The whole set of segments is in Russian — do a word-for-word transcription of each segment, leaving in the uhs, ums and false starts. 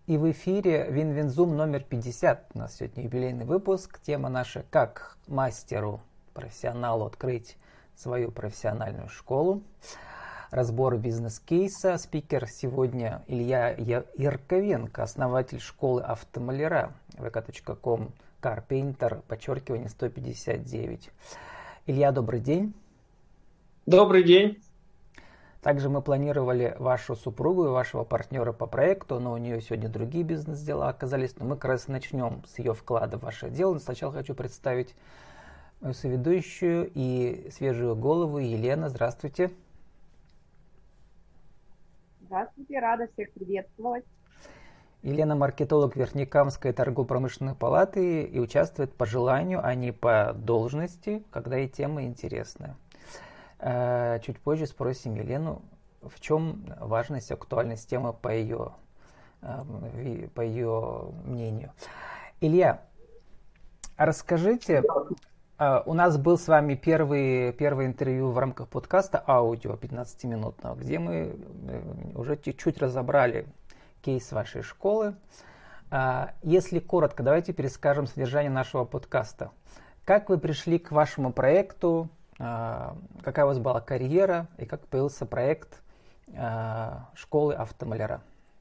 И в эфире Винвинзум номер пятьдесят. У нас сегодня юбилейный выпуск. Тема наша «Как мастеру, профессионалу открыть свою профессиональную школу». Разбор бизнес-кейса. Спикер сегодня Илья Ярковенко, основатель школы автомаляра вэ ка точка ком Carpainter, подчеркивание сто пятьдесят девять. Илья, добрый день. Добрый день. Также мы планировали вашу супругу и вашего партнера по проекту, но у нее сегодня другие бизнес-дела оказались. Но мы как раз начнем с ее вклада в ваше дело. Но сначала хочу представить мою соведущую и свежую голову Елена. Здравствуйте. Здравствуйте, рада всех приветствовать. Елена – маркетолог Верхнекамской торгово-промышленной палаты и участвует по желанию, а не по должности, когда и тема интересная. Чуть позже спросим Елену, в чем важность, актуальность темы по ее, по ее мнению. Илья, расскажите, у нас был с вами первый, первое интервью в рамках подкаста аудио пятнадцатиминутного, где мы уже чуть-чуть разобрали кейс вашей школы. Если коротко, давайте перескажем содержание нашего подкаста. Как вы пришли к вашему проекту? Какая у вас была карьера и как появился проект школы автомаляра?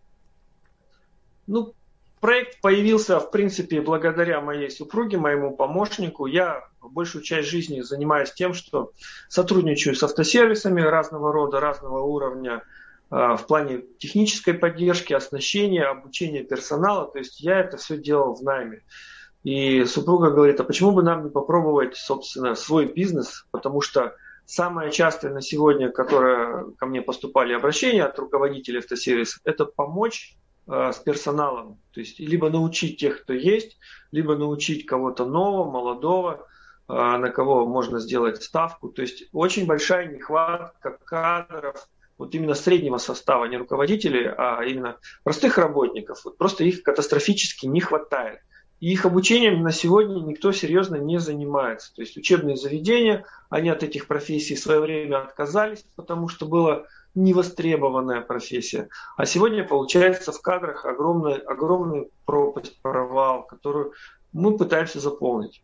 Ну, проект появился, в принципе, благодаря моей супруге, моему помощнику. Я большую часть жизни занимаюсь тем, что сотрудничаю с автосервисами разного рода, разного уровня в плане технической поддержки, оснащения, обучения персонала. То есть я это все делал в найме. И супруга говорит, а почему бы нам не попробовать, собственно, свой бизнес, потому что самое частое на сегодня, которое ко мне поступали обращения от руководителей автосервиса, это помочь э, с персоналом, то есть либо научить тех, кто есть, либо научить кого-то нового, молодого, э, на кого можно сделать ставку. То есть очень большая нехватка кадров, вот именно среднего состава, не руководителей, а именно простых работников. Вот просто их катастрофически не хватает. И их обучением на сегодня никто серьезно не занимается. То есть учебные заведения, они от этих профессий в свое время отказались, потому что была невостребованная профессия. А сегодня получается в кадрах огромный, огромный пропасть, провал, которую мы пытаемся заполнить.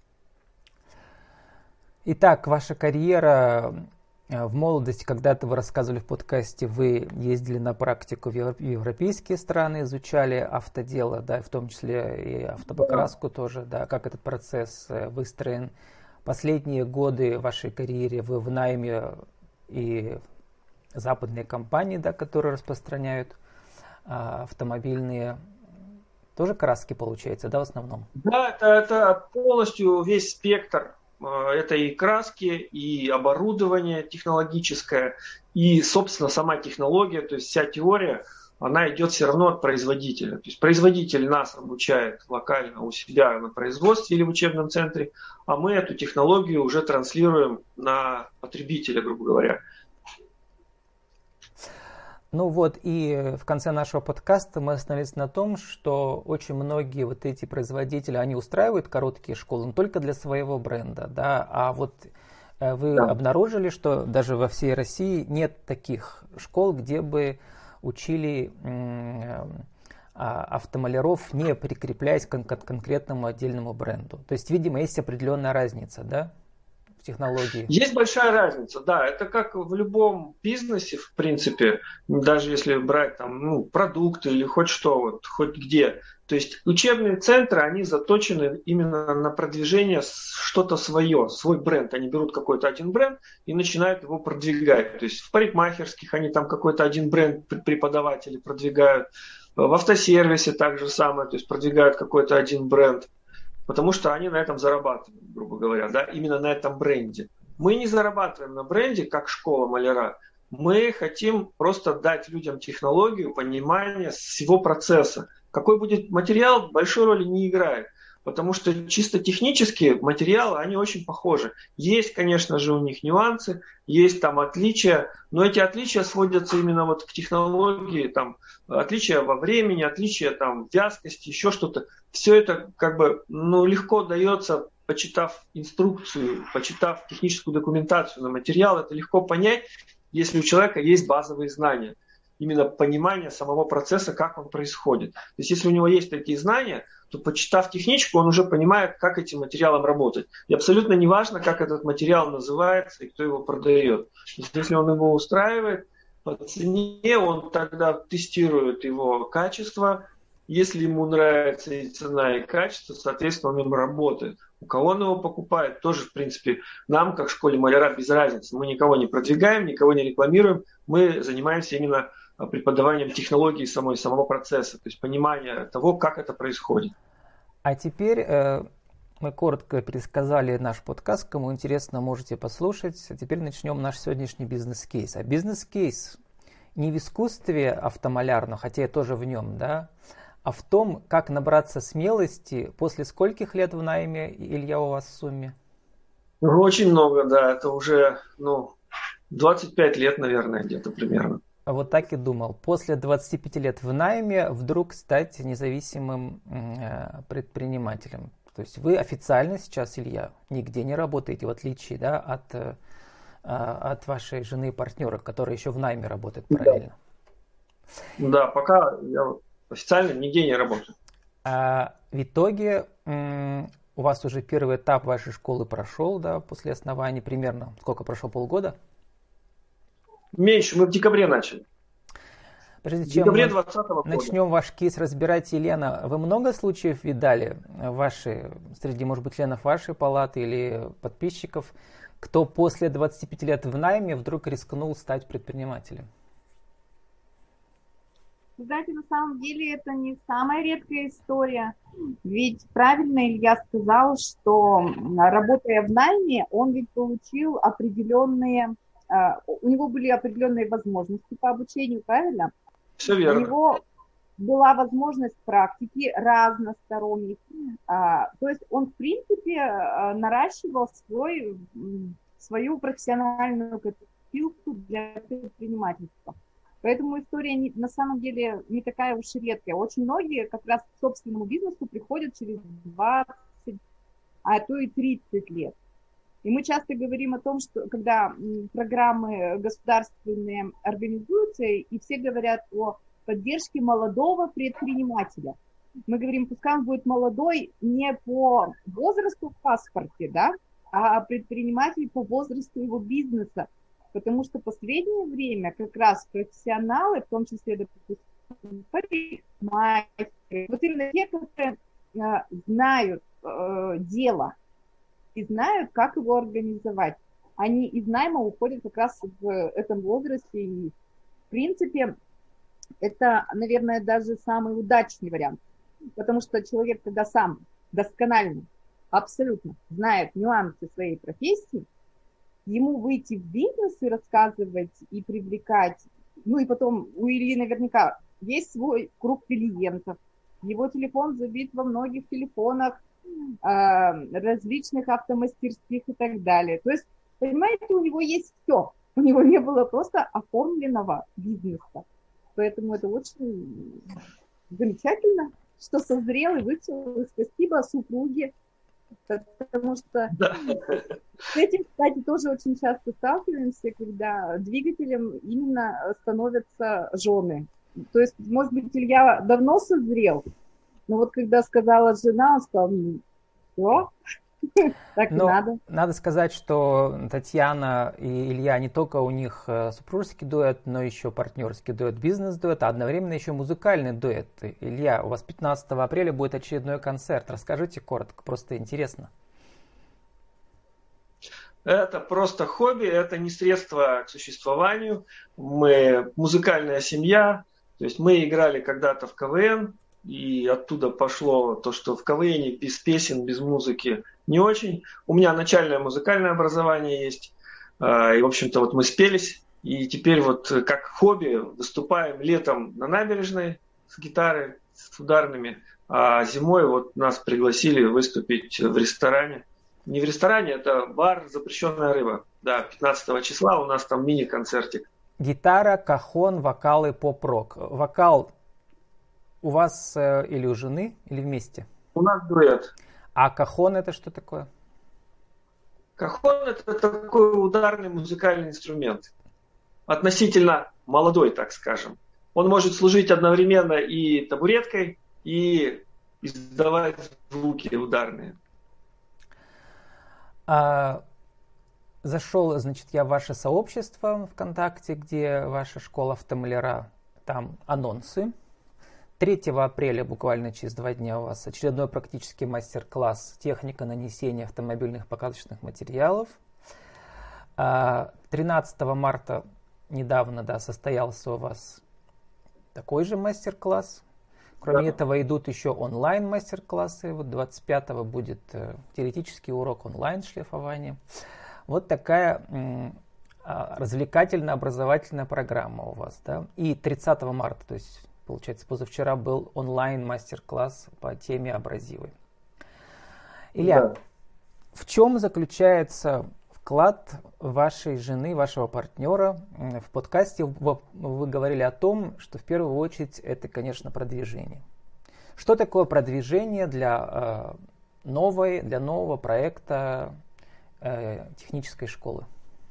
Итак, ваша карьера в молодости, когда-то вы рассказывали в подкасте, вы ездили на практику в европейские страны, изучали автодело, да, в том числе и автобокраску тоже, да, как этот процесс выстроен. Последние годы вашей карьеры вы в найме и западные компании, да, которые распространяют а, автомобильные, тоже краски получается, да, в основном? Да, это, это полностью весь спектр. Это и краски, и оборудование технологическое, и, собственно, сама технология, то есть вся теория, она идет все равно от производителя. То есть производитель нас обучает локально у себя на производстве или в учебном центре, а мы эту технологию уже транслируем на потребителя, грубо говоря. Ну вот, и в конце нашего подкаста мы остановились на том, что очень многие вот эти производители, они устраивают короткие школы, но только для своего бренда, да, а вот вы да. обнаружили, что даже во всей России нет таких школ, где бы учили автомаляров, не прикрепляясь к конкретному отдельному бренду. То есть, видимо, есть определенная разница, да? Технологии. Есть большая разница, да. Это как в любом бизнесе, в принципе, даже если брать там, ну, продукты или хоть что, вот, хоть где. То есть учебные центры, они заточены именно на продвижение что-то свое, свой бренд. Они берут какой-то один бренд и начинают его продвигать. То есть в парикмахерских они там какой-то один бренд преподаватели продвигают. В автосервисе так же самое, то есть продвигают какой-то один бренд. Потому что они на этом зарабатывают, грубо говоря, да, именно на этом бренде. Мы не зарабатываем на бренде, как школа маляра. Мы хотим просто дать людям технологию, понимание всего процесса. Какой будет материал, большой роли не играет. Потому что чисто технические материалы, они очень похожи. Есть, конечно же, у них нюансы, есть там отличия, но эти отличия сводятся именно вот к технологии, там, отличия во времени, отличия там, в вязкости, еще что-то. Все это как бы ну, легко дается, почитав инструкцию, почитав техническую документацию на материал, это легко понять, если у человека есть базовые знания. именно понимания самого процесса, как он происходит. То есть если у него есть такие знания, то, почитав техничку, он уже понимает, как этим материалом работать. И абсолютно не важно, как этот материал называется и кто его продает. То есть если он его устраивает по цене, он тогда тестирует его качество. Если ему нравится и цена, и качество, соответственно, он им работает. У кого он его покупает, тоже, в принципе, нам, как в школе маляра, без разницы. Мы никого не продвигаем, никого не рекламируем. Мы занимаемся именно преподаванием технологии самой, самого процесса, то есть понимания того, как это происходит. А теперь э, мы коротко пересказали наш подкаст. Кому интересно, можете послушать. А теперь начнем наш сегодняшний бизнес-кейс. А бизнес-кейс не в искусстве автомалярном, хотя я тоже в нем, да, а в том, как набраться смелости после скольких лет в найме, Илья, у вас в сумме? Очень много, да. Это уже, ну, двадцать пять лет, наверное, где-то примерно. Вот так и думал. После двадцати пяти лет в найме вдруг стать независимым э, предпринимателем. То есть вы официально сейчас, Илья, нигде не работаете, в отличие, да, от, э, от вашей жены и партнера, который еще в найме работает параллельно. Да, да, пока я официально нигде не работаю. А в итоге м, у вас уже первый этап вашей школы прошел, да, после основания примерно. Сколько прошло, полгода? Меньше, мы в декабре начали. Прежде В чем декабре мы двадцатого года. начнем ваш кейс разбирать, Елена, вы много случаев видали ваши, среди, может быть, членов вашей палаты или подписчиков, кто после двадцати пяти лет в найме вдруг рискнул стать предпринимателем? Знаете, на самом деле это не самая редкая история. Ведь правильно Илья сказал, что работая в найме, он ведь получил определенные, у него были определенные возможности по обучению, правильно? Все верно. У него была возможность практики разносторонней. То есть он, в принципе, наращивал свой, свою профессиональную копилку для предпринимательства. Поэтому история не, на самом деле не такая уж и редкая. Очень многие как раз к собственному бизнесу приходят через двадцать, а то и тридцать лет. И мы часто говорим о том, что когда программы государственные организуются, и все говорят о поддержке молодого предпринимателя. Мы говорим, пускай он будет молодой не по возрасту в паспорте, да, а предприниматель по возрасту его бизнеса. Потому что в последнее время как раз профессионалы, в том числе, допустим, парикмахеры, вот именно те, которые э, знают э, дело и знают, как его организовать, они из найма уходят как раз в этом возрасте. И, в принципе, это, наверное, даже самый удачный вариант. Потому что человек, когда сам досконально, абсолютно знает нюансы своей профессии, ему выйти в бизнес и рассказывать, и привлекать, ну и потом у Ильи наверняка есть свой круг клиентов, его телефон забит во многих телефонах, э, различных автомастерских и так далее. То есть, понимаете, у него есть все, у него не было просто оформленного бизнеса. Поэтому это очень замечательно, что созрел и вышел, и спасибо супруге. Потому что да. С этим, кстати, тоже очень часто сталкиваемся, когда двигателем именно становятся жены. То есть, может быть, Илья давно созрел, но вот когда сказала жена, он сказал, все, так и надо. Надо сказать, что Татьяна и Илья не только у них супружеский дуэт, но еще партнерский дуэт, бизнес-дуэт, а одновременно еще музыкальный дуэт. Илья, у вас пятнадцатого апреля будет очередной концерт. Расскажите коротко, просто интересно. Это просто хобби, это не средство к существованию. Мы музыкальная семья, то есть мы играли когда-то в ка вэ эн, и оттуда пошло то, что в ка вэ эне без песен, без музыки не очень. У меня начальное музыкальное образование есть, и, в общем-то, вот мы спелись, и теперь вот как хобби выступаем летом на набережной с гитарой, с ударными, а зимой вот нас пригласили выступить в ресторане. Не в ресторане, это бар «Запрещенная рыба». Да, пятнадцатого числа у нас там мини-концертик. Гитара, кахон, вокал и поп-рок. Вокал у вас э, или у жены, или вместе? У нас дуэт. А кахон это что такое? Кахон это такой ударный музыкальный инструмент. Относительно молодой, так скажем. он может служить одновременно и табуреткой, и издавать звуки ударные. А, зашел, значит, я в ваше сообщество ВКонтакте, где ваша школа автомаляра, там анонсы. третьего апреля, буквально через два дня, у вас очередной практический мастер-класс «Техника нанесения автомобильных покрасочных материалов». тринадцатого марта недавно, да, состоялся у вас такой же мастер-класс. Кроме да. этого идут еще онлайн-мастер-классы. Вот двадцать пятого будет теоретический урок онлайн-шлифования. Вот такая м, развлекательно-образовательная программа у вас. Да? И тридцатого марта, то есть, получается, позавчера был онлайн-мастер-класс по теме абразивы. Илья, да. в чем заключается вклад вашей жены, вашего партнера? В подкасте вы, вы говорили о том, что в первую очередь это, конечно, продвижение. Что такое продвижение для, э, новой, для нового проекта э, технической школы?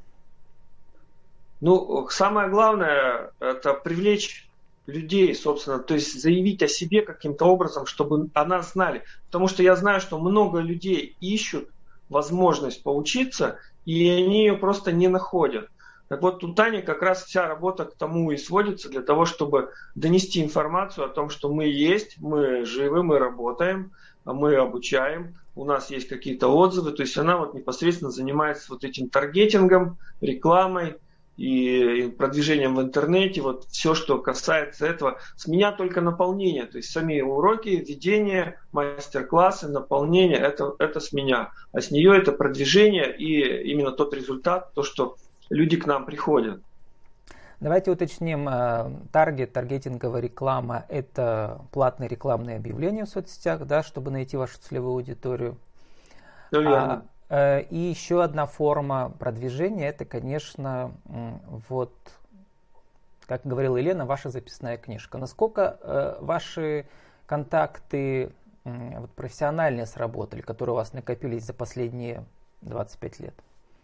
Ну, самое главное – это привлечь людей, собственно, то есть заявить о себе каким-то образом, чтобы о нас знали. Потому что я знаю, что много людей ищут возможность поучиться, и они ее просто не находят. Так вот, у Тани как раз вся работа к тому и сводится, для того, чтобы донести информацию о том, что мы есть, мы живы, мы работаем, мы обучаем, у нас есть какие-то отзывы. То есть она вот непосредственно занимается вот этим таргетингом, рекламой и продвижением в интернете. Вот все, что касается этого. С меня только наполнение, то есть сами уроки, ведение, мастер-классы, наполнение, это, это с меня. А с нее это продвижение и именно тот результат, то, что люди к нам приходят. Давайте уточним. Таргет, таргетинговая реклама – это платные рекламные объявления в соцсетях, да, чтобы найти вашу целевую аудиторию. Все верно. А, и еще одна форма продвижения – это, конечно, вот, как говорила Елена, ваша записная книжка. Насколько ваши контакты вот, профессиональные сработали, которые у вас накопились за последние двадцать пять лет?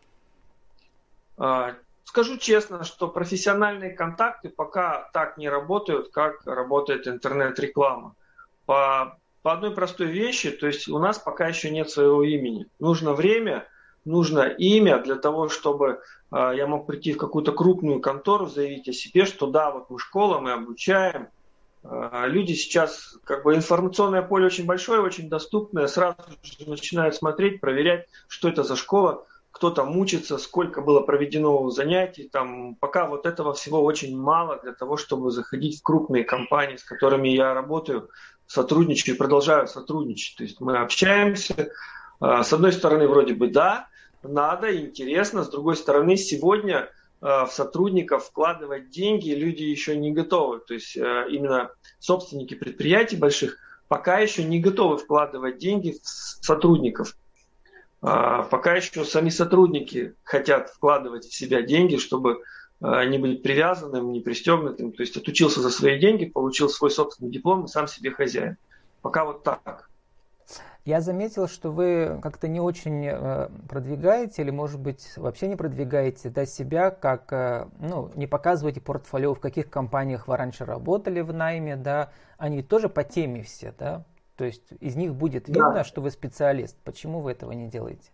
Скажу честно, что профессиональные контакты пока так не работают, как работает интернет-реклама. По, по одной простой вещи, то есть у нас пока еще нет своего имени. Нужно время, нужно имя для того, чтобы э, я мог прийти в какую-то крупную контору, заявить о себе, что да, вот мы школа, мы обучаем. Э, люди сейчас, как бы информационное поле очень большое, очень доступное, сразу же начинают смотреть, проверять, что это за школа. Кто там учится, сколько было проведено занятий, там, пока вот этого всего очень мало для того, чтобы заходить в крупные компании, с которыми я работаю, сотрудничаю и продолжаю сотрудничать. То есть мы общаемся. С одной стороны, вроде бы да, надо, интересно. С другой стороны, сегодня в сотрудников вкладывать деньги люди еще не готовы. То есть именно собственники предприятий больших пока еще не готовы вкладывать деньги в сотрудников. Пока еще сами сотрудники хотят вкладывать в себя деньги, чтобы не быть привязанным, не пристегнутым. То есть отучился за свои деньги, получил свой собственный диплом и сам себе хозяин. Пока вот так. Я заметил, что вы как-то не очень продвигаете, или, может быть, вообще не продвигаете, да, себя, как, ну, не показываете портфолио, в каких компаниях вы раньше работали в найме, да, они тоже по теме все, да. То есть из них будет видно, да, что вы специалист. Почему вы этого не делаете?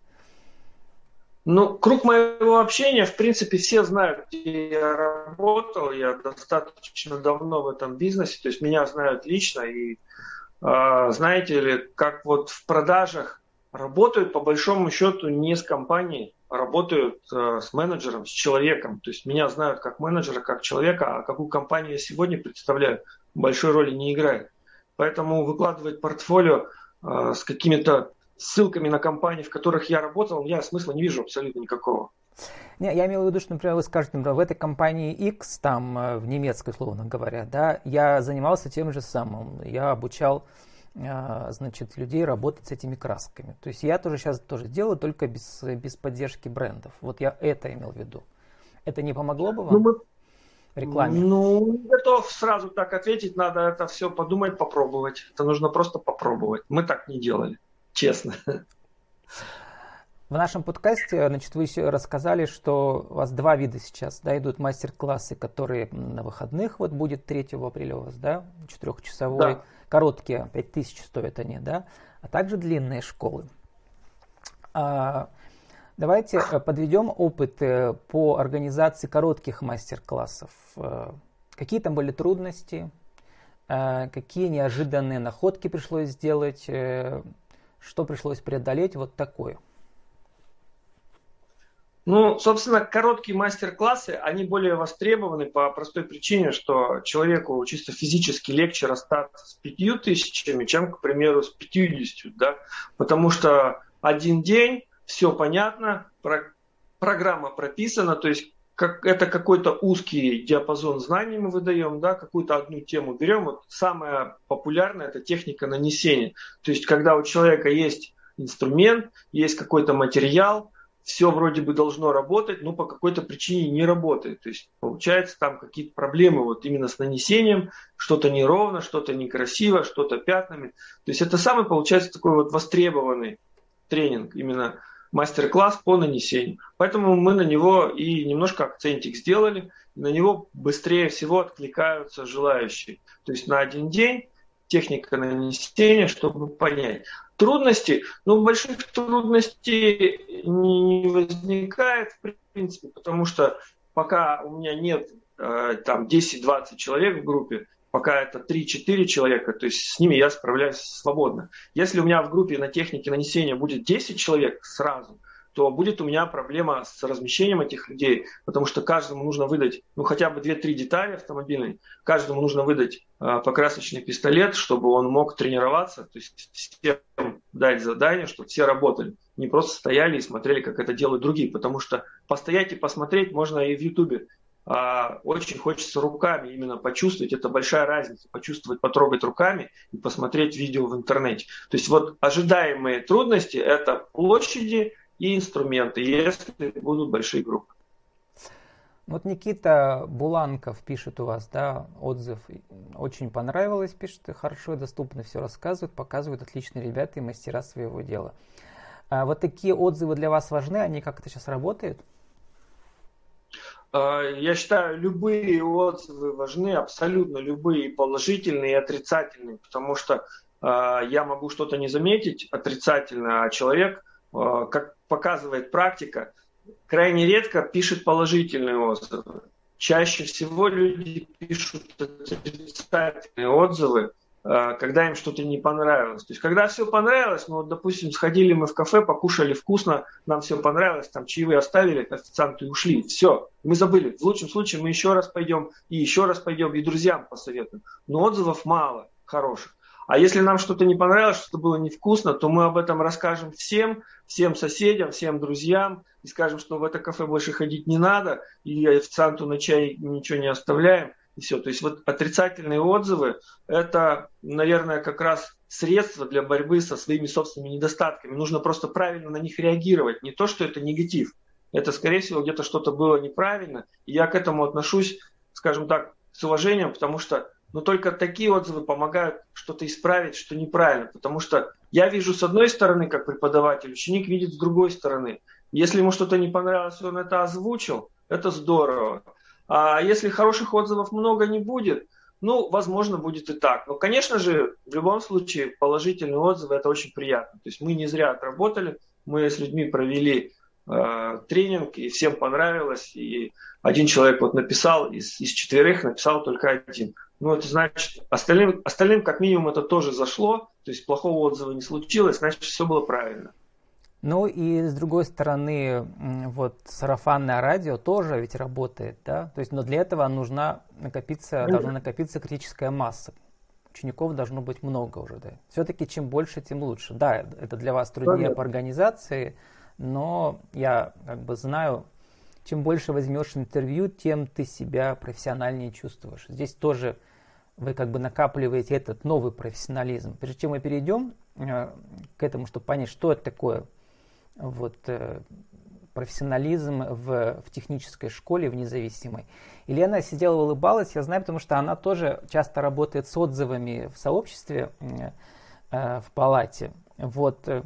Ну, круг моего общения, в принципе, все знают, где я работал. Я достаточно давно в этом бизнесе, то есть меня знают лично. И э, знаете ли, как вот в продажах работают, по большому счету, не с компанией, а работают э, с менеджером, с человеком. То есть меня знают как менеджера, как человека, а какую компанию я сегодня представляю, большой роли не играет. Поэтому выкладывать портфолио э, с какими-то ссылками на компании, в которых я работал, я смысла не вижу абсолютно никакого. Не, я имел в виду, что, например, вы скажете, например, в этой компании X, там, в немецкой, условно говоря, да, я занимался тем же самым. Я обучал, э, значит, людей работать с этими красками. То есть я тоже сейчас тоже делаю, только без, без поддержки брендов. Вот я это имел в виду. Это не помогло бы вам? Ну, мы... Рекламе? Ну, не готов сразу так ответить, надо это все подумать, попробовать. Это нужно просто попробовать. Мы так не делали, честно. В нашем подкасте, значит, вы рассказали, что у вас два вида сейчас, да, идут мастер-классы, которые на выходных, вот будет третьего апреля у вас, да, четырехчасовой, Да. короткие, пять тысяч стоят они, да, а также длинные школы. А, давайте подведем опыт по организации коротких мастер-классов. Какие там были трудности, какие неожиданные находки пришлось сделать, что пришлось преодолеть, вот такое. Ну, собственно, короткие мастер-классы, они более востребованы по простой причине, что человеку чисто физически легче расстаться с пятью тысячами, чем, к примеру, с пятьюдесятью, да, потому что один день, все понятно, про- программа прописана, то есть как, это какой-то узкий диапазон знаний мы выдаем, да, какую-то одну тему берем. Вот самая популярная – это техника нанесения. То есть когда у человека есть инструмент, есть какой-то материал, все вроде бы должно работать, но по какой-то причине не работает. То есть получается там какие-то проблемы вот именно с нанесением, что-то неровно, что-то некрасиво, что-то пятнами. То есть это самый, получается, такой вот востребованный тренинг, именно мастер-класс по нанесению. Поэтому мы на него и немножко акцентик сделали, на него быстрее всего откликаются желающие. То есть на один день техника нанесения, чтобы понять. Трудности, ну, больших трудностей не возникает, в принципе, потому что пока у меня нет э, там десять-двадцать человек в группе, пока это три-четыре человека, то есть с ними я справляюсь свободно. Если у меня в группе на технике нанесения будет десять человек сразу, то будет у меня проблема с размещением этих людей, потому что каждому нужно выдать, ну, хотя бы две-три детали автомобильной, каждому нужно выдать э, покрасочный пистолет, чтобы он мог тренироваться, то есть всем дать задание, чтобы все работали, не просто стояли и смотрели, как это делают другие, потому что постоять и посмотреть можно и в Ютубе. А очень хочется руками именно почувствовать, это большая разница, почувствовать, потрогать руками и посмотреть видео в интернете. То есть вот ожидаемые трудности – это площади и инструменты, если будут большие группы. Вот Никита Буланков пишет у вас, да, отзыв. Очень понравилось, пишет, хорошо и доступно все рассказывают, показывают отличные ребята и мастера своего дела. А вот такие отзывы для вас важны, они как-то сейчас работают? Я считаю, любые отзывы важны, абсолютно любые, положительные и отрицательные, потому что я могу что-то не заметить отрицательно, а человек, как показывает практика, крайне редко пишет положительные отзывы. Чаще всего люди пишут отрицательные отзывы, когда им что-то не понравилось. То есть, когда все понравилось, ну, вот, допустим, сходили мы в кафе, покушали вкусно, нам все понравилось, там чаевые оставили, официанты ушли, все, мы забыли. В лучшем случае мы еще раз пойдем, и еще раз пойдем, и друзьям посоветуем. Но отзывов мало хороших. А если нам что-то не понравилось, что-то было невкусно, то мы об этом расскажем всем, всем соседям, всем друзьям, и скажем, что в это кафе больше ходить не надо, и официанту на чай ничего не оставляем, и все. То есть вот отрицательные отзывы – это, наверное, как раз средство для борьбы со своими собственными недостатками. Нужно просто правильно на них реагировать. Не то, что это негатив. Это, скорее всего, где-то что-то было неправильно. И я к этому отношусь, скажем так, с уважением, потому что но только такие отзывы помогают что-то исправить, что неправильно. Потому что я вижу с одной стороны, как преподаватель, ученик видит с другой стороны. Если ему что-то не понравилось, он это озвучил, это здорово. А если хороших отзывов много не будет, ну, возможно, будет и так. Но, конечно же, в любом случае, положительные отзывы – это очень приятно. То есть мы не зря отработали, мы с людьми провели э, тренинг, и всем понравилось. И один человек вот написал, из, из четверых написал только один. Ну, это значит, остальным, остальным как минимум это тоже зашло, то есть плохого отзыва не случилось, значит, все было правильно. Ну и с другой стороны, вот сарафанное радио тоже ведь работает, да? То есть, но для этого нужна накопиться, должна накопиться критическая масса. Учеников должно быть много уже, да. Все-таки чем больше, тем лучше. Да, это для вас труднее Понятно. По организации, но я как бы знаю, чем больше возьмешь интервью, тем ты себя профессиональнее чувствуешь. Здесь тоже вы как бы накапливаете этот новый профессионализм. Прежде чем мы перейдем э, к этому, чтобы понять, что это такое вот, э, профессионализм в, в технической школе, в независимой. Елена сидела, улыбалась, я знаю, потому что она тоже часто работает с отзывами в сообществе э, э, в палате. Вот.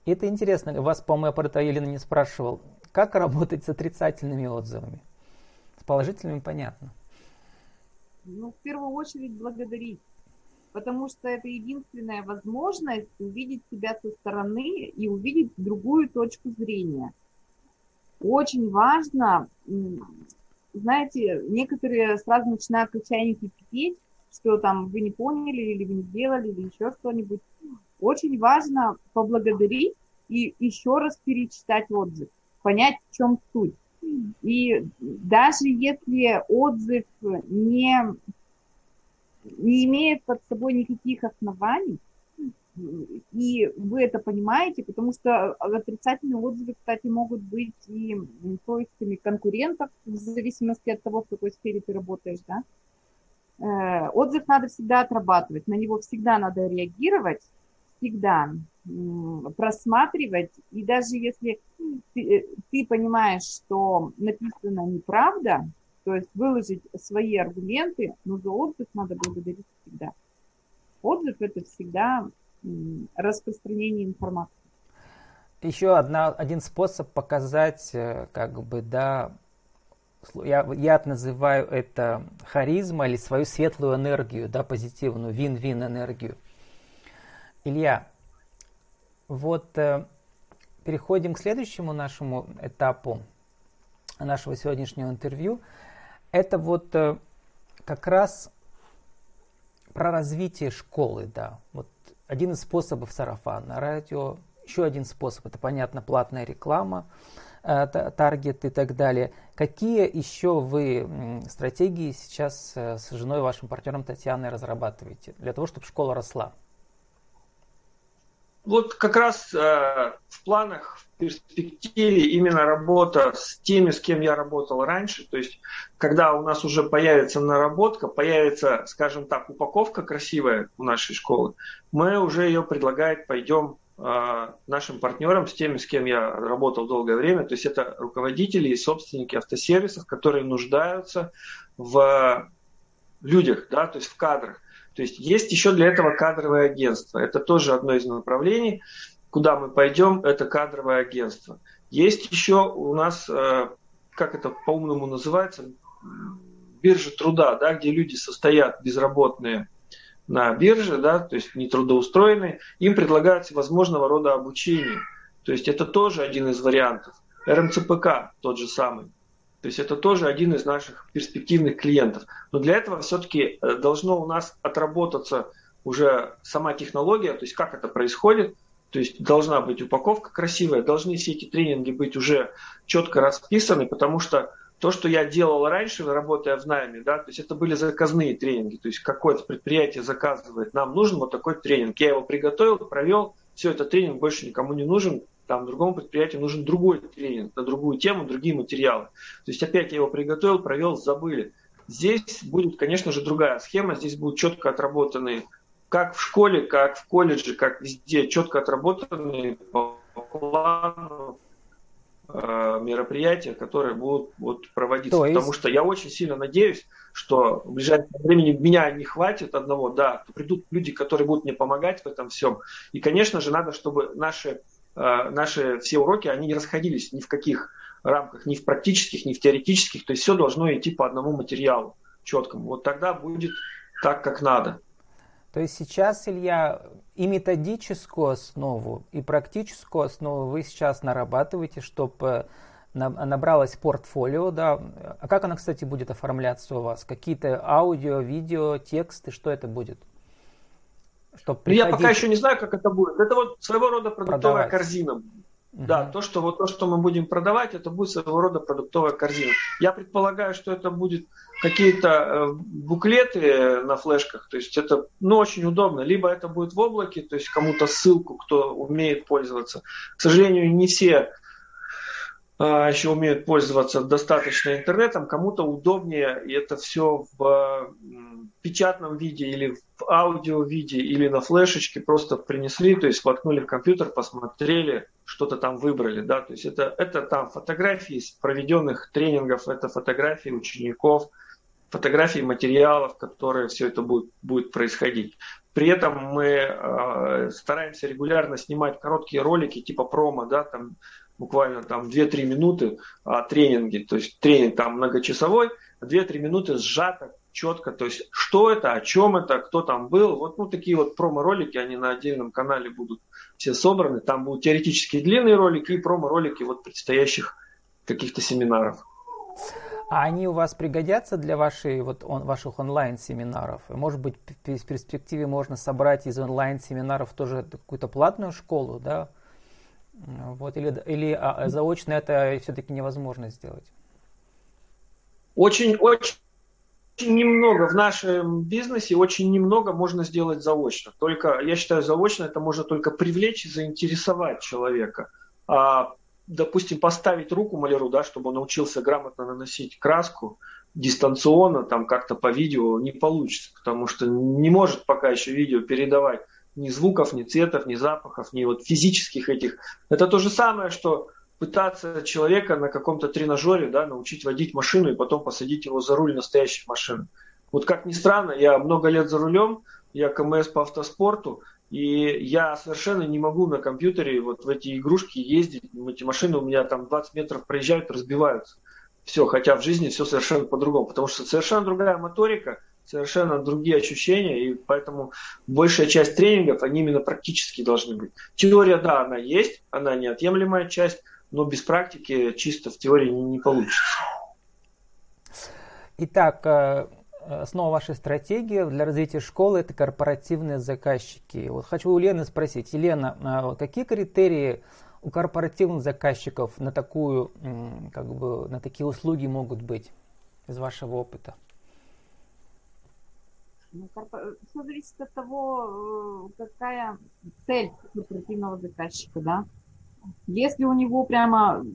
И это интересно, вас, по-моему, я про это Елена не спрашивал, как работать с отрицательными отзывами? С положительными понятно. Ну, в первую очередь благодарить, потому что это единственная возможность увидеть себя со стороны и увидеть другую точку зрения. Очень важно, знаете, некоторые сразу начинают как чайники кипеть, что там вы не поняли, или вы не сделали, или еще что-нибудь. Очень важно поблагодарить и еще раз перечитать отзыв, понять, в чем суть. И даже если отзыв не, не имеет под собой никаких оснований, и вы это понимаете, потому что отрицательные отзывы, кстати, могут быть и поисками конкурентов, в зависимости от того, в какой сфере ты работаешь, да. Отзыв надо всегда отрабатывать, на него всегда надо реагировать, всегда просматривать, и даже если ты, ты понимаешь, что написано неправда, то есть выложить свои аргументы, но за отзыв надо благодарить всегда. Отзыв – это всегда распространение информации. Еще одна, один способ показать, как бы, да, я, я называю это харизма или свою светлую энергию, да, позитивную, вин-вин энергию. Илья, вот э, переходим к следующему нашему этапу нашего сегодняшнего интервью. Это вот э, как раз про развитие школы, да. Вот один из способов сарафанное радио, еще один способ, это, понятно, платная реклама, э, таргет и так далее. Какие еще вы м, стратегии сейчас э, с женой, вашим партнером Татьяной разрабатываете для того, чтобы школа росла? Вот как раз э, в планах, в перспективе именно работа с теми, с кем я работал раньше. То есть, когда у нас уже появится наработка, появится, скажем так, упаковка красивая у нашей школы, мы уже ее предлагать пойдем э, нашим партнерам, с теми, с кем я работал долгое время. То есть, это руководители и собственники автосервисов, которые нуждаются в людях, да, то есть в кадрах. То есть есть еще для этого кадровое агентство. Это тоже одно из направлений, куда мы пойдем, это кадровое агентство. Есть еще у нас, как это по-умному называется, биржа труда, да, где люди состоят безработные на бирже, да, то есть не трудоустроенные, им предлагается возможного рода обучение. То есть это тоже один из вариантов. эр эм цэ пэ ка тот же самый. То есть это тоже один из наших перспективных клиентов. Но для этого все-таки должно у нас отработаться уже сама технология, то есть как это происходит. То есть должна быть упаковка красивая, должны все эти тренинги быть уже четко расписаны, потому что то, что я делал раньше, работая в найме, да, то есть это были заказные тренинги. То есть какое-то предприятие заказывает, нам нужен вот такой тренинг. Я его приготовил, провел, все, этот тренинг больше никому не нужен. Там другому предприятию нужен другой тренинг на другую тему, другие материалы. То есть опять я его приготовил, провел, забыли. Здесь будет, конечно же, другая схема. Здесь будут четко отработанные, как в школе, как в колледже, как везде, четко отработанные по плану э, мероприятия, которые будут вот, проводиться. То есть... Потому что я очень сильно надеюсь, что в ближайшее время меня не хватит одного, да, придут люди, которые будут мне помогать в этом всем. И, конечно же, надо, чтобы наши наши все уроки, они не расходились ни в каких рамках, ни в практических, ни в теоретических. То есть все должно идти по одному материалу четкому. Вот тогда будет так, как надо. То есть сейчас, Илья, и методическую основу, и практическую основу вы сейчас нарабатываете, чтобы набралось портфолио, да. А как оно, кстати, будет оформляться у вас? Какие-то аудио, видео, тексты, что это будет? Ну, я пока еще не знаю, как это будет. Это вот своего рода продуктовая продавать. корзина. Угу. Да, то что, вот, то, что мы будем продавать, это будет своего рода продуктовая корзина. Я предполагаю, что это будет какие-то э, буклеты на флешках. То есть это ну, очень удобно. Либо это будет в облаке, то есть кому-то ссылку, кто умеет пользоваться. К сожалению, не все еще умеют пользоваться достаточно интернетом, кому-то удобнее и это все в печатном виде или в аудио виде или на флешечке просто принесли, то есть воткнули в компьютер, посмотрели, что-то там выбрали, да, то есть это, это там фотографии из проведенных тренингов, это фотографии учеников, фотографии материалов, которые все это будет, будет происходить. При этом мы э, стараемся регулярно снимать короткие ролики типа промо, да, там буквально там две-три минуты о тренинге. То есть тренинг там многочасовой, две-три минуты сжато, четко. То есть что это, о чем это, кто там был. Вот ну, такие вот промо-ролики, они на отдельном канале будут все собраны. Там будут теоретические длинные ролики и промо-ролики вот предстоящих каких-то семинаров. А они у вас пригодятся для вашей, вот, он, ваших онлайн-семинаров? Может быть, в перспективе можно собрать из онлайн-семинаров тоже какую-то платную школу, да? Вот, или или а, заочно это все-таки невозможно сделать? Очень, очень немного в нашем бизнесе, очень немного можно сделать заочно. Только, я считаю, заочно это можно только привлечь и заинтересовать человека. А, допустим, поставить руку маляру, да, чтобы он научился грамотно наносить краску дистанционно, там как-то по видео не получится, потому что не может пока еще видео передавать ни звуков, ни цветов, ни запахов, ни вот физических этих. Это то же самое, что пытаться человека на каком-то тренажере, да, научить водить машину и потом посадить его за руль настоящей машины. Вот как ни странно, я много лет за рулем, я КМС по автоспорту, и я совершенно не могу на компьютере вот в эти игрушки ездить. Эти машины у меня там двадцать метров проезжают, разбиваются. Все, хотя в жизни все совершенно по-другому, потому что совершенно другая моторика, совершенно другие ощущения, и поэтому большая часть тренингов, они именно практически должны быть. Теория, да, она есть, она неотъемлемая часть, но без практики чисто в теории не, не получится. Итак, основа вашей стратегии для развития школы – это корпоративные заказчики. Вот хочу у Лены спросить. Елена, какие критерии у корпоративных заказчиков на, такую, как бы, на такие услуги могут быть из вашего опыта? Все зависит от того, какая цель корпоративного заказчика, да. Если у него прямо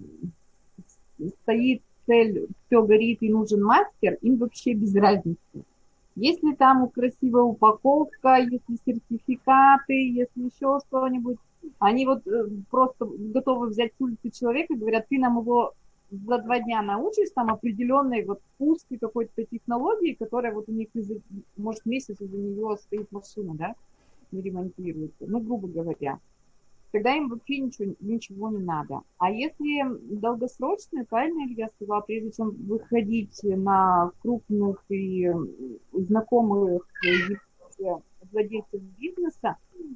стоит цель, все горит и нужен мастер, им вообще без разницы. Если там красивая упаковка, если сертификаты, если еще что-нибудь, они вот просто готовы взять с улицы человека и говорят, ты нам его за два дня научишь там определенной вот узкой какой-то технологии, которая вот у них, может, месяц из-за нее стоит машина, да, не ремонтируется, ну, грубо говоря. Тогда им вообще ничего, ничего не надо. А если долгосрочные, правильно Илья сказал, прежде чем выходить на крупных и знакомых владельцев бизнеса,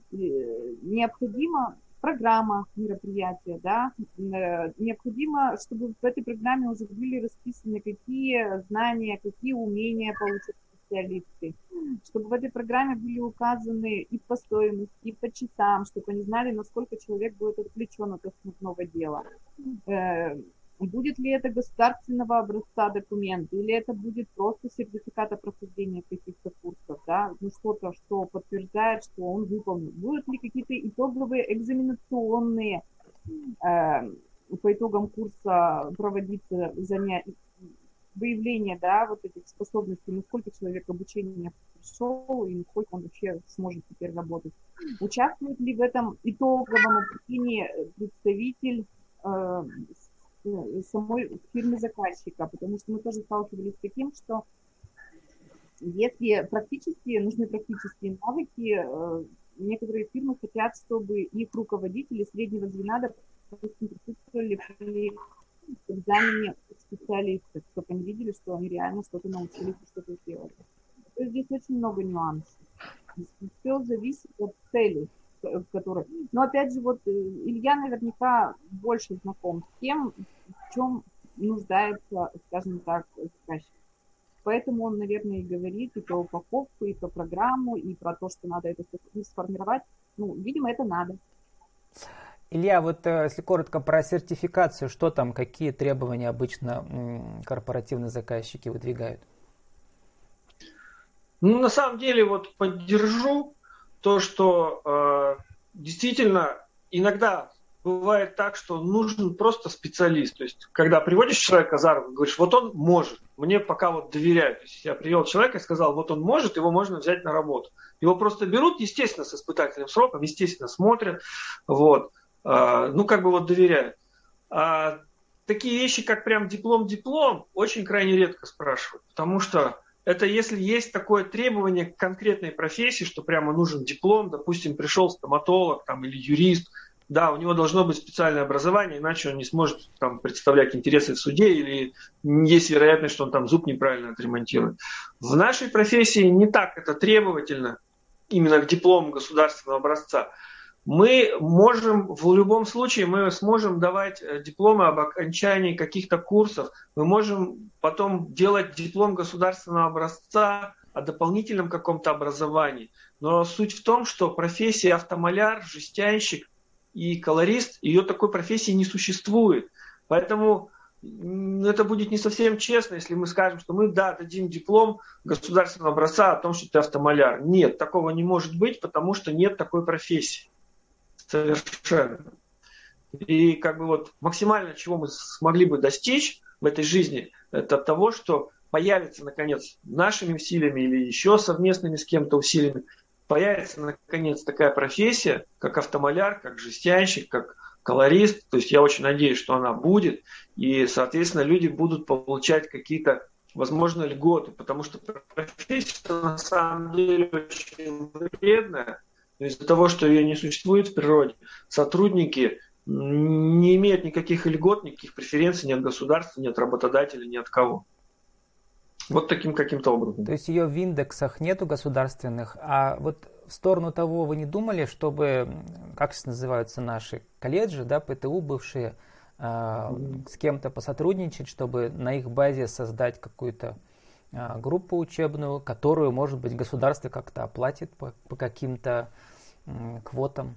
необходима программа мероприятия, да, необходимо, чтобы в этой программе уже были расписаны, какие знания, какие умения получат специалисты, чтобы в этой программе были указаны и по стоимости, и по часам, чтобы они знали, насколько человек будет отвлечен от основного дела. Будет ли это государственного образца документ, или это будет просто сертификат о прохождении каких-то курсов, да, ну что-то, что подтверждает, что он выполнил. Будут ли какие-то итоговые экзаменационные э, по итогам курса проводиться занятия, выявление, да, вот этих способностей, насколько человек обучение пришел и насколько он вообще сможет теперь работать. Участвует ли в этом итоговом обучении представитель э, самой фирмы заказчика, потому что мы тоже сталкивались с таким, что если практически, нужны практические навыки, некоторые фирмы хотят, чтобы их руководители среднего звена, допустим, присутствовали при экзамене специалистов, чтобы они видели, что они реально что-то научились и что-то сделали. То есть здесь очень много нюансов. Все зависит от цели, в которой... Но опять же, вот Илья наверняка больше знаком с тем, в чем нуждается, скажем так, заказчик. Поэтому он, наверное, и говорит и про упаковку, и про программу, и про то, что надо это сформировать. Ну, видимо, это надо. Илья, вот если коротко про сертификацию, что там, какие требования обычно корпоративные заказчики выдвигают? Ну, на самом деле, вот поддержу то, что э, действительно иногда бывает так, что нужен просто специалист. То есть, когда приводишь человека за руку, говоришь, вот он может, мне пока вот доверяют. То есть, я привел человека и сказал, вот он может, его можно взять на работу. Его просто берут, естественно, с испытательным сроком, естественно, смотрят, вот, э, ну, как бы вот доверяют. А такие вещи, как прям диплом-диплом, очень крайне редко спрашивают, потому что это если есть такое требование к конкретной профессии, что прямо нужен диплом, допустим, пришел стоматолог там, или юрист, да, у него должно быть специальное образование, иначе он не сможет там, представлять интересы в суде, или есть вероятность, что он там зуб неправильно отремонтирует. В нашей профессии не так это требовательно, именно к диплому государственного образца. Мы можем, в любом случае, мы сможем давать дипломы об окончании каких-то курсов, мы можем потом делать диплом государственного образца о дополнительном каком-то образовании. Но суть в том, что профессия автомаляр, жестянщик и колорист, ее такой профессии не существует. Поэтому это будет не совсем честно, если мы скажем, что мы, да, дадим диплом государственного образца о том, что ты автомаляр. Нет, такого не может быть, потому что нет такой профессии. Совершенно. И как бы вот максимально, чего мы смогли бы достичь в этой жизни, это того, что появится, наконец, нашими усилиями или еще совместными с кем-то усилиями, появится, наконец, такая профессия, как автомаляр, как жестянщик, как колорист. То есть я очень надеюсь, что она будет. И, соответственно, люди будут получать какие-то, возможно, льготы. Потому что профессия на самом деле очень вредная. Из-за того, что ее не существует в природе, сотрудники не имеют никаких льгот, никаких преференций ни от государства, ни от работодателя, ни от кого. Вот таким каким-то образом. То есть ее в индексах нету государственных, а вот в сторону того вы не думали, чтобы, как называются наши колледжи, да, ПТУ бывшие, э, mm-hmm. с кем-то посотрудничать, чтобы на их базе создать какую-то э, группу учебную, которую, может быть, государство как-то оплатит по, по каким-то э, квотам?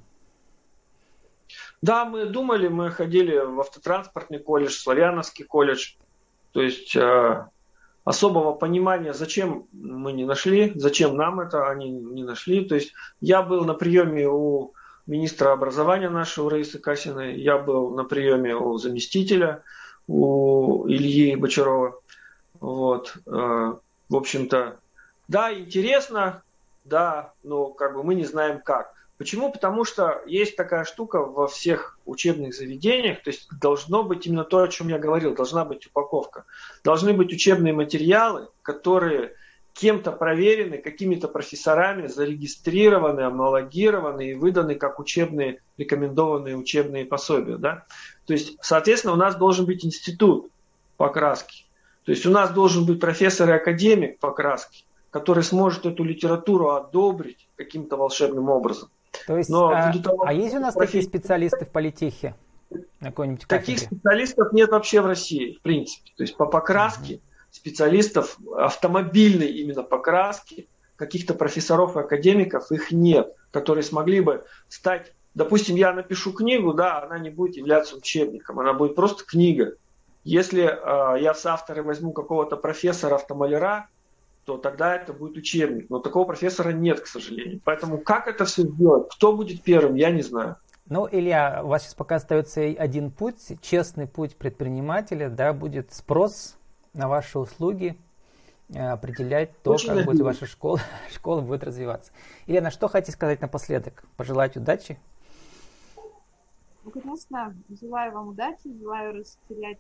Да, мы думали, мы ходили в автотранспортный колледж, Славяновский колледж, то есть э, особого понимания, зачем мы не нашли, зачем нам это они не нашли. То есть я был на приеме у министра образования нашего Раисы Касиной, я был на приеме у заместителя, у Ильи Бочарова. Вот, э, в общем-то, да, интересно, да, но как бы мы не знаем как. Почему? Потому что есть такая штука во всех учебных заведениях, то есть должно быть именно то, о чем я говорил, должна быть упаковка. Должны быть учебные материалы, которые кем-то проверены, какими-то профессорами, зарегистрированы, амалогированы и выданы как учебные, рекомендованные учебные пособия. Да? То есть, соответственно, у нас должен быть институт покраски. То есть у нас должен быть профессор и академик покраски, который сможет эту литературу одобрить каким-то волшебным образом. То есть, Но а, того, а есть у нас профессии... такие специалисты в политехе? На какой-нибудь Таких специалистов нет вообще в России, в принципе. То есть по покраске, угу. специалистов автомобильной именно покраски, каких-то профессоров и академиков их нет, которые смогли бы стать, допустим, я напишу книгу, да, она не будет являться учебником, она будет просто книга. Если э, я в соавторы возьму какого-то профессора автомаляра, то тогда это будет учебник. Но такого профессора нет, к сожалению. Поэтому как это все сделать, кто будет первым, я не знаю. Ну, Илья, у вас сейчас пока остается один путь, честный путь предпринимателя, да, будет спрос на ваши услуги, определять то, Очень как надеюсь. будет ваша школа, школа будет развиваться. Елена, что хотите сказать напоследок? Пожелать удачи? Ну, конечно, желаю вам удачи, желаю расширять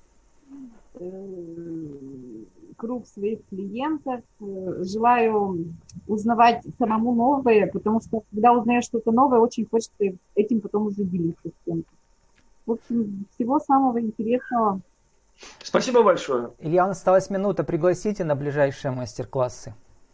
круг своих клиентов, желаю узнавать самому новое, потому что когда узнаешь что-то новое, очень хочется этим потом уже делиться с кем-то. В общем, всего самого интересного. Спасибо большое. Илья, у нас осталась минута, пригласите на ближайшие мастер-классы.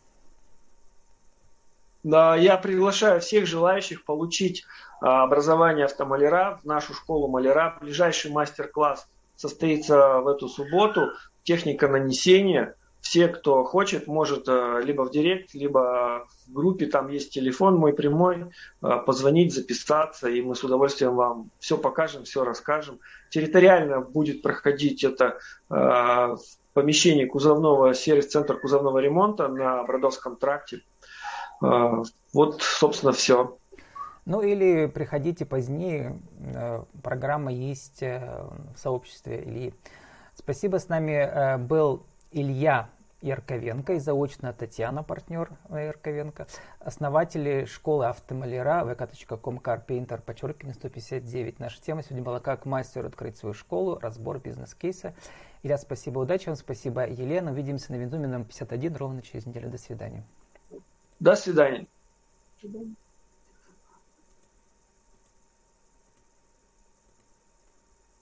Да, я приглашаю всех желающих получить образование автомаляра в нашу школу маляра. Ближайший мастер-класс состоится в эту субботу. Техника нанесения. Все, кто хочет, может либо в директ, либо в группе, там есть телефон мой прямой, позвонить, записаться, и мы с удовольствием вам все покажем, все расскажем. Территориально будет проходить это в помещении кузовного, сервис-центра кузовного ремонта на Бродовском тракте. Вот, собственно, все. Ну или приходите позднее, программа есть в сообществе Ильи. Спасибо, с нами был Илья Ярковенко и заочно Татьяна, партнер Ярковенко, основатели школы автомаляра вэ ка точка ком Carpainter, подчеркивание сто пятьдесят девять. Наша тема сегодня была «Как мастеру открыть свою школу. Разбор бизнес-кейса». Илья, спасибо, удачи вам, спасибо, Елена. Увидимся на Винзуме номер пятьдесят один ровно через неделю. До свидания. До свидания. До свидания.